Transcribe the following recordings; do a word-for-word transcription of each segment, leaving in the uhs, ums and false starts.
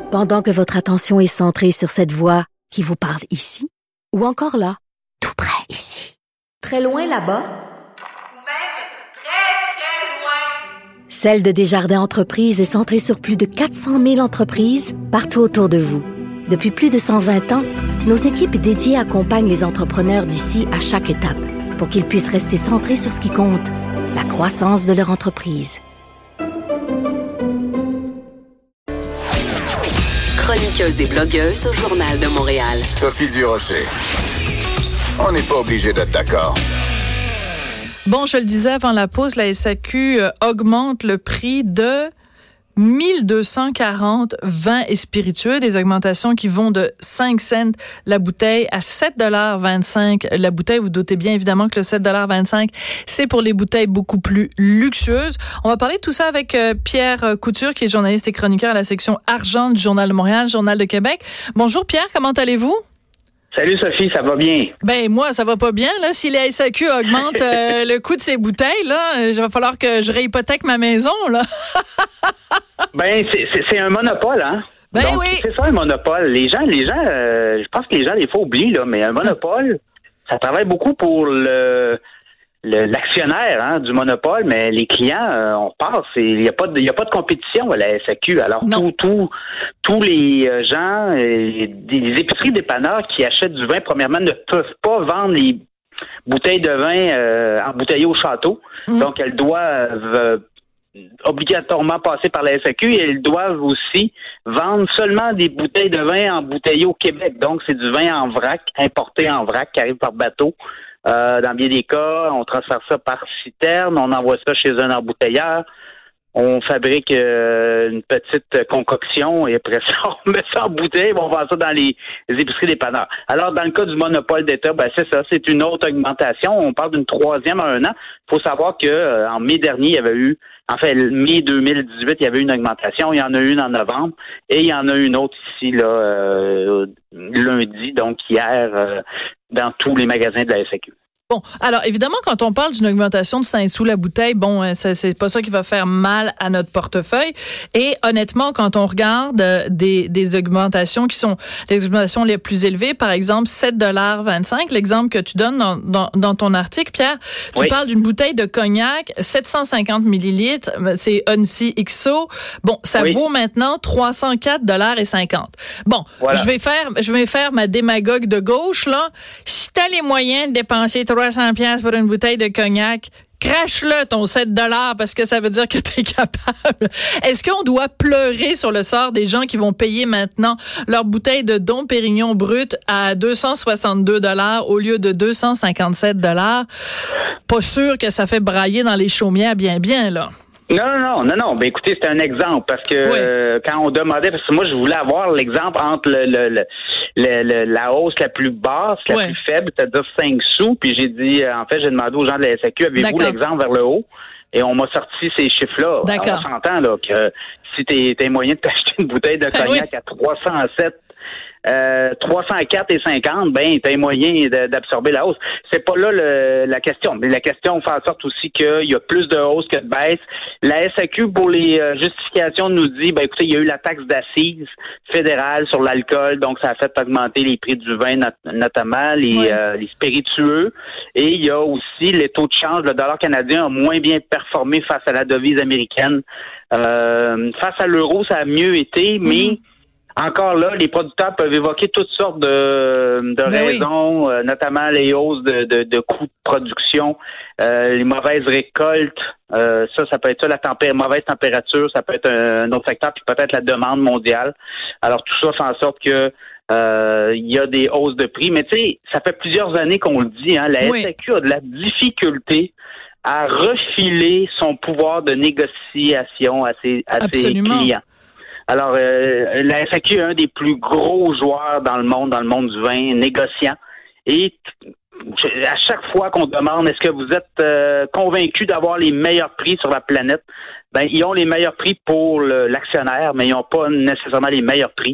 Pendant que votre attention est centrée sur cette voix qui vous parle ici, ou encore là, tout près ici, très loin là-bas, ou même très, très loin. Celle de Desjardins Entreprises est centrée sur plus de quatre cent mille entreprises partout autour de vous. Depuis plus de cent vingt ans, nos équipes dédiées accompagnent les entrepreneurs d'ici à chaque étape pour qu'ils puissent rester centrés sur ce qui compte, la croissance de leur entreprise. Chroniqueuse et blogueuse au Journal de Montréal. Sophie Durocher. On n'est pas obligé d'être d'accord. Bon, je le disais avant la pause, la S A Q euh, augmente le prix de mille deux cent quarante vins et spiritueux, des augmentations qui vont de cinq cents la bouteille à sept dollars vingt-cinq la bouteille. Vous doutez bien évidemment que le sept dollars vingt-cinq, c'est pour les bouteilles beaucoup plus luxueuses. On va parler de tout ça avec euh, Pierre Couture, qui est journaliste et chroniqueur à la section argent du Journal de Montréal, Journal de Québec. Bonjour Pierre, comment allez-vous? Salut Sophie, ça va bien? Ben moi, ça va pas bien. Là, si la S A Q augmente euh, le coût de ces bouteilles, là, il va falloir que je réhypothèque ma maison, là. ben c'est, c'est, c'est un monopole, hein? Ben Donc, oui. C'est ça un monopole. Les gens, les gens, euh, je pense que les gens des fois oublient là, mais un monopole, ça travaille beaucoup pour le, le l'actionnaire hein, du monopole, mais les clients, euh, on passe, il y a pas de, il y a pas de compétition à la S A Q. Alors tout, tout, tous les gens, euh, les épiceries dépanneurs qui achètent du vin, premièrement, ne peuvent pas vendre les bouteilles de vin euh, embouteillées au château. Mmh. Donc elles doivent euh, obligatoirement passer par la S A Q et elles doivent aussi vendre seulement des bouteilles de vin embouteillées au Québec. Donc c'est du vin en vrac, importé en vrac, qui arrive par bateau. Euh, dans bien des cas, on transfère ça par citerne, on envoie ça chez un embouteilleur, on fabrique euh, une petite concoction et après ça, on met ça en bouteille, on vend ça dans les, les épiceries dépanneurs. Alors, dans le cas du monopole d'État, ben c'est ça, c'est une autre augmentation. On parle d'une troisième à un an. Il faut savoir que euh, en mai dernier, il y avait eu, en fait, mai deux mille dix-huit, il y avait eu une augmentation. Il y en a une en novembre et il y en a une autre ici, là, euh, lundi, donc hier, euh, dans tous les magasins de la S A Q. Bon, alors évidemment, quand on parle d'une augmentation de cinq sous la bouteille, bon, ça, c'est pas ça qui va faire mal à notre portefeuille. Et honnêtement, quand on regarde euh, des, des augmentations qui sont les augmentations les plus élevées, par exemple sept dollars vingt-cinq, l'exemple que tu donnes dans, dans, dans ton article, Pierre, tu oui. parles d'une bouteille de cognac, sept cent cinquante millilitres, c'est Huncy X O. Bon, ça oui. vaut maintenant trois cent quatre dollars cinquante. Bon, voilà. je vais faire, je vais faire ma démagogue de gauche là. Si t'as les moyens de dépenser trois cents piastres pour une bouteille de cognac, crache-le ton sept dollars parce que ça veut dire que tu es capable. Est-ce qu'on doit pleurer sur le sort des gens qui vont payer maintenant leur bouteille de Dom Pérignon brut à deux cent soixante-deux dollars au lieu de deux cent cinquante-sept dollars? Pas sûr que ça fait brailler dans les chaumières bien bien, là. Non, non, non, non. Ben écoutez, c'est un exemple parce que oui. euh, quand on demandait, parce que moi je voulais avoir l'exemple entre le, le, le, le, le la hausse la plus basse, la oui. plus faible, c'est-à-dire cinq sous. Puis j'ai dit, euh, en fait, j'ai demandé aux gens de la S A Q, avez-vous D'accord. l'exemple vers le haut? Et on m'a sorti ces chiffres-là. D'accord. Alors, on s'entend là que si t'es, t'es moyen de t'acheter une bouteille de cognac oui. à trois cent sept. Euh, trois cent quatre et cinquante, ben t'as moyen de, d'absorber la hausse. C'est pas là le, la question. Mais la question fait en sorte aussi qu'il y a plus de hausse que de baisse. La S A Q, pour les euh, justifications, nous dit, ben écoutez, il y a eu la taxe d'assises fédérale sur l'alcool, donc ça a fait augmenter les prix du vin, not- notamment les, oui. euh, les spiritueux. Et il y a aussi les taux de change. Le dollar canadien a moins bien performé face à la devise américaine. Euh, face à l'euro, ça a mieux été, mais mm-hmm. Encore là, les producteurs peuvent évoquer toutes sortes de, de ben raisons, oui. euh, notamment les hausses de, de, de coûts de production, euh, les mauvaises récoltes, euh, ça, ça peut être ça, la tempé- mauvaise température, ça peut être un, un autre facteur, puis peut-être la demande mondiale. Alors tout ça fait en sorte que euh, il y a des hausses de prix. Mais tu sais, ça fait plusieurs années qu'on le dit, hein, la oui. S A Q a de la difficulté à refiler son pouvoir de négociation à ses, à ses clients. Alors, euh, la S A Q est un des plus gros joueurs dans le monde, dans le monde du vin, négociant. Et à chaque fois qu'on demande, est-ce que vous êtes euh, convaincu d'avoir les meilleurs prix sur la planète? Ben, ils ont les meilleurs prix pour le, l'actionnaire, mais ils n'ont pas nécessairement les meilleurs prix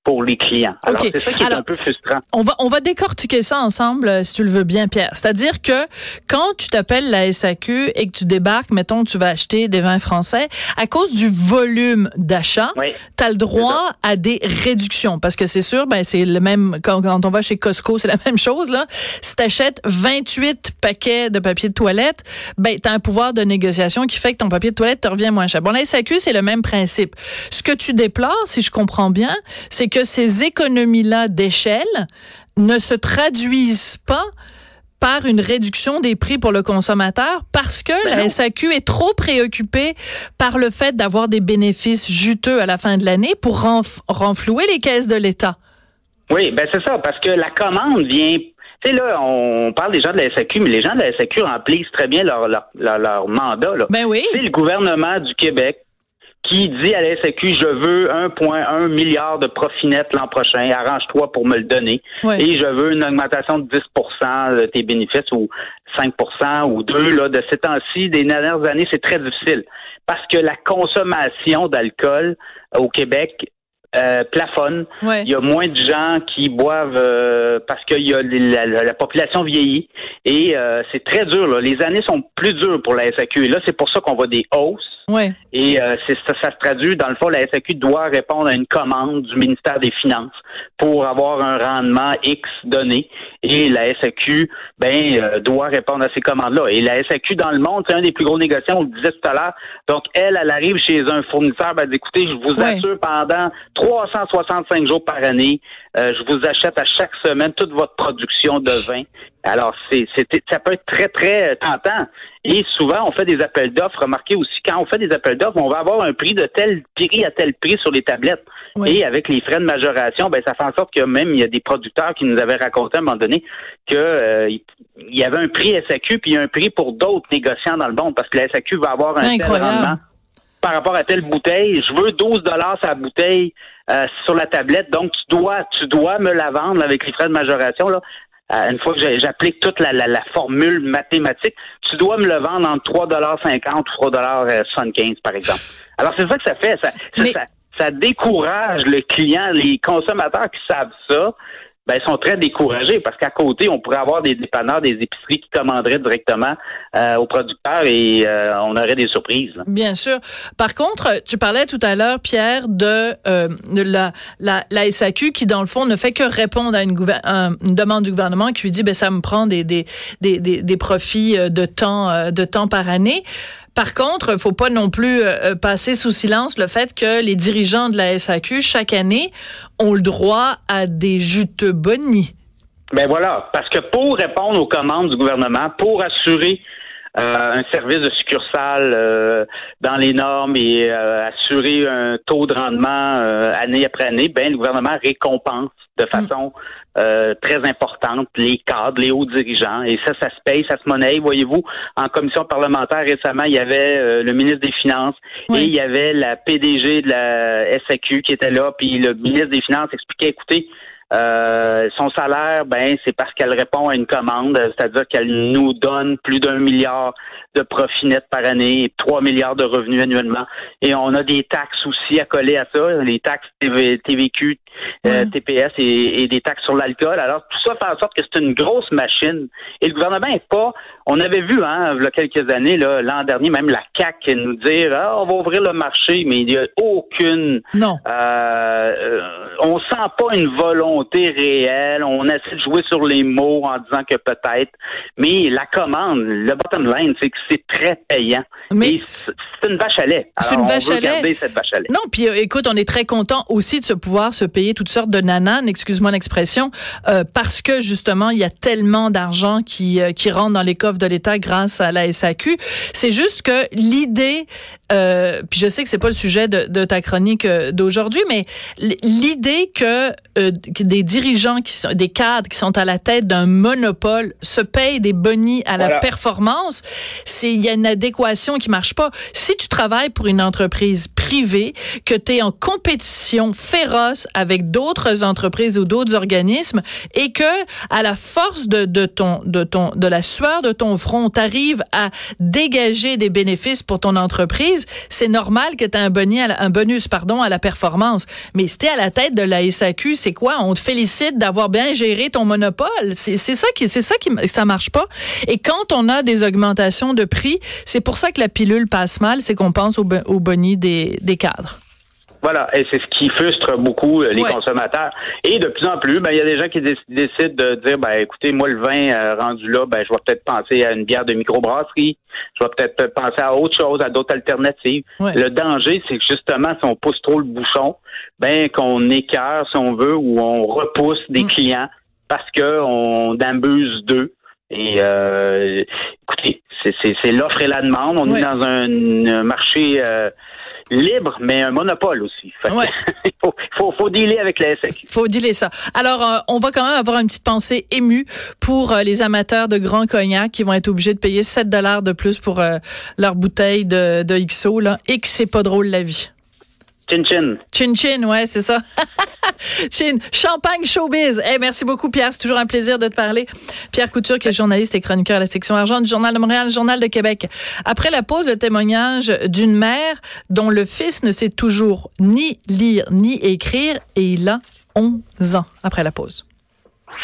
pour les clients. Alors, okay. c'est ça qui est Alors, un peu frustrant. On va, on va décortiquer ça ensemble, euh, si tu le veux bien, Pierre. C'est-à-dire que quand tu t'appelles la S A Q et que tu débarques, mettons que tu vas acheter des vins français, à cause du volume d'achat, oui, tu as le droit à des réductions. Parce que c'est sûr, ben c'est le même, quand, quand on va chez Costco, c'est la même chose, là. Si tu achètes vingt-huit paquets de papier de toilette, ben tu as un pouvoir de négociation qui fait que ton papier de toilette te revient moins cher. Bon, la S A Q, c'est le même principe. Ce que tu déplores, si je comprends bien, c'est que ces économies-là d'échelle ne se traduisent pas par une réduction des prix pour le consommateur parce que ben la non. S A Q est trop préoccupée par le fait d'avoir des bénéfices juteux à la fin de l'année pour renf- renflouer les caisses de l'État. Oui, ben c'est ça, parce que la commande vient... Tu sais, là, on parle des gens de la S A Q, mais les gens de la S A Q remplissent très bien leur, leur, leur, leur mandat. Là. Ben oui. C'est le gouvernement du Québec qui dit à la S A Q, je veux un virgule un milliard de profit net l'an prochain, arrange-toi pour me le donner. Oui. Et je veux une augmentation de dix pour cent de tes bénéfices ou cinq pour cent ou deux là, de ces temps-ci. Des dernières années, c'est très difficile parce que la consommation d'alcool au Québec Euh, plafonne. Ouais. Il y a moins de gens qui boivent euh, parce que y a la, la, la population vieillit et euh, c'est très dur. Là. Les années sont plus dures pour la S A Q et là, c'est pour ça qu'on voit des hausses. Ouais. Et euh, c'est ça, ça se traduit, dans le fond, la S A Q doit répondre à une commande du ministère des Finances pour avoir un rendement X donné. Et la S A Q, ben, euh, doit répondre à ces commandes-là. Et la S A Q, dans le monde, c'est un des plus gros négociants, on le disait tout à l'heure. Donc, elle, elle arrive chez un fournisseur, ben, écoutez, je vous ouais. assure, pendant trois cent soixante-cinq jours par année, euh, je vous achète à chaque semaine toute votre production de vin. Alors, c'est, c'est, ça peut être très, très tentant. Et souvent, on fait des appels d'offres. Remarquez aussi, quand on fait des appels d'offres, on va avoir un prix de tel prix à tel prix sur les tablettes. Oui. Et avec les frais de majoration, ben ça fait en sorte que même il y a des producteurs qui nous avaient raconté à un moment donné que euh, il y avait un prix S A Q puis il y a un prix pour d'autres négociants dans le monde parce que la S A Q va avoir un tel rendement par rapport à telle bouteille. Je veux douze dollars sur la bouteille euh, sur la tablette, donc tu dois tu dois me la vendre là, avec les frais de majoration là. Une fois que j'applique toute la, la, la formule mathématique, tu dois me le vendre entre trois dollars cinquante ou trois dollars soixante-quinze, par exemple. Alors, c'est ça que ça fait. Ça, Mais... ça, ça décourage le client. Les consommateurs qui savent ça, ben, ils sont très découragés parce qu'à côté, on pourrait avoir des dépanneurs, des épiceries qui commanderaient directement euh, aux producteurs et euh, on aurait des surprises. Là. Bien sûr. Par contre, tu parlais tout à l'heure, Pierre, de, euh, de la, la, la S A Q qui, dans le fond, ne fait que répondre à une, gouver- une demande du gouvernement qui lui dit, ben ça me prend des, des, des, des, des profits de temps, de temps par année. Par contre, il faut pas non plus euh, passer sous silence le fait que les dirigeants de la S A Q, chaque année, ont le droit à des juteux bonis. Ben voilà, parce que pour répondre aux commandes du gouvernement, pour assurer euh, un service de succursale euh, dans les normes et euh, assurer un taux de rendement euh, année après année, ben le gouvernement récompense de façon mmh. Euh, très importante, les cadres, les hauts dirigeants. Et ça, ça se paye, ça se monnaie. Voyez-vous, en commission parlementaire récemment, il y avait euh, le ministre des Finances oui. et il y avait la P D G de la S A Q qui était là. Puis le ministre des Finances expliquait, écoutez, euh, son salaire, ben c'est parce qu'elle répond à une commande, c'est-à-dire qu'elle nous donne plus d'un milliard de profit net par année et trois milliards de revenus annuellement. Et on a des taxes aussi à coller à ça, les taxes T V, T V Q, euh, T P S et, et des taxes sur l'alcool. Alors, tout ça fait en sorte que c'est une grosse machine. Et le gouvernement est pas... On avait vu, hein, il y a quelques années, là, l'an dernier, même la C A Q nous dire ah, on va ouvrir le marché, mais il n'y a aucune... Non. Euh, euh, on sent pas une volonté réelle. On essaie de jouer sur les mots en disant que peut-être. Mais la commande, le bottom line, c'est que c'est très payant. Mais et c'est une vache à lait. Alors, c'est une vache on veut à lait. garder cette vache à lait. Non, puis euh, écoute, on est très content aussi de se pouvoir se payer toutes sortes de nananes, excuse-moi l'expression, euh, parce que justement, il y a tellement d'argent qui euh, qui rentre dans les coffres de l'État grâce à la S A Q. C'est juste que l'idée, euh, puis je sais que c'est pas le sujet de, de ta chronique euh, d'aujourd'hui, mais l'idée que, euh, que des dirigeants, qui sont, des cadres qui sont à la tête d'un monopole se payent des bonis à voilà. la performance, c'est il y a une adéquation qui marche pas. Si tu travailles pour une entreprise privée, que tu es en compétition féroce avec d'autres entreprises ou d'autres organismes et que à la force de, de ton de ton de la sueur de ton front, tu arrives à dégager des bénéfices pour ton entreprise, c'est normal que tu aies un boni à la, un bonus pardon à la performance. Mais si tu es à la tête de de la S A Q, c'est quoi? On te félicite d'avoir bien géré ton monopole. C'est, c'est ça qui, c'est ça qui, ça marche pas. Et quand on a des augmentations de prix, c'est pour ça que la pilule passe mal, c'est qu'on pense au, au boni des, des cadres. Voilà, et c'est ce qui frustre beaucoup euh, les ouais. consommateurs. Et de plus en plus, ben il y a des gens qui dé- décident de dire, ben écoutez, moi le vin euh, rendu là, ben je vais peut-être penser à une bière de microbrasserie, je vais peut-être penser à autre chose, à d'autres alternatives. Ouais. Le danger, c'est que justement, si on pousse trop le bouchon, ben qu'on écœure, si on veut, ou on repousse des mmh. clients parce que on abuse d'eux. Et euh, écoutez, c'est, c'est, c'est l'offre et la demande. On ouais. est dans un, un marché euh, libre, mais un monopole aussi. Fait ouais. il faut, faut, faut dealer avec la S A Q. Faut dealer ça. Alors, euh, on va quand même avoir une petite pensée émue pour euh, les amateurs de grands cognac qui vont être obligés de payer sept dollars de plus pour euh, leur bouteille de, de X O, là, et que c'est pas drôle la vie. Chin chin. Chin chin, ouais, c'est ça. Chin. Champagne showbiz. Hey, merci beaucoup, Pierre. C'est toujours un plaisir de te parler. Pierre Couture, qui est journaliste et chroniqueur à la section argent du Journal de Montréal, Journal de Québec. Après la pause, le témoignage d'une mère dont le fils ne sait toujours ni lire ni écrire et il a onze ans après la pause.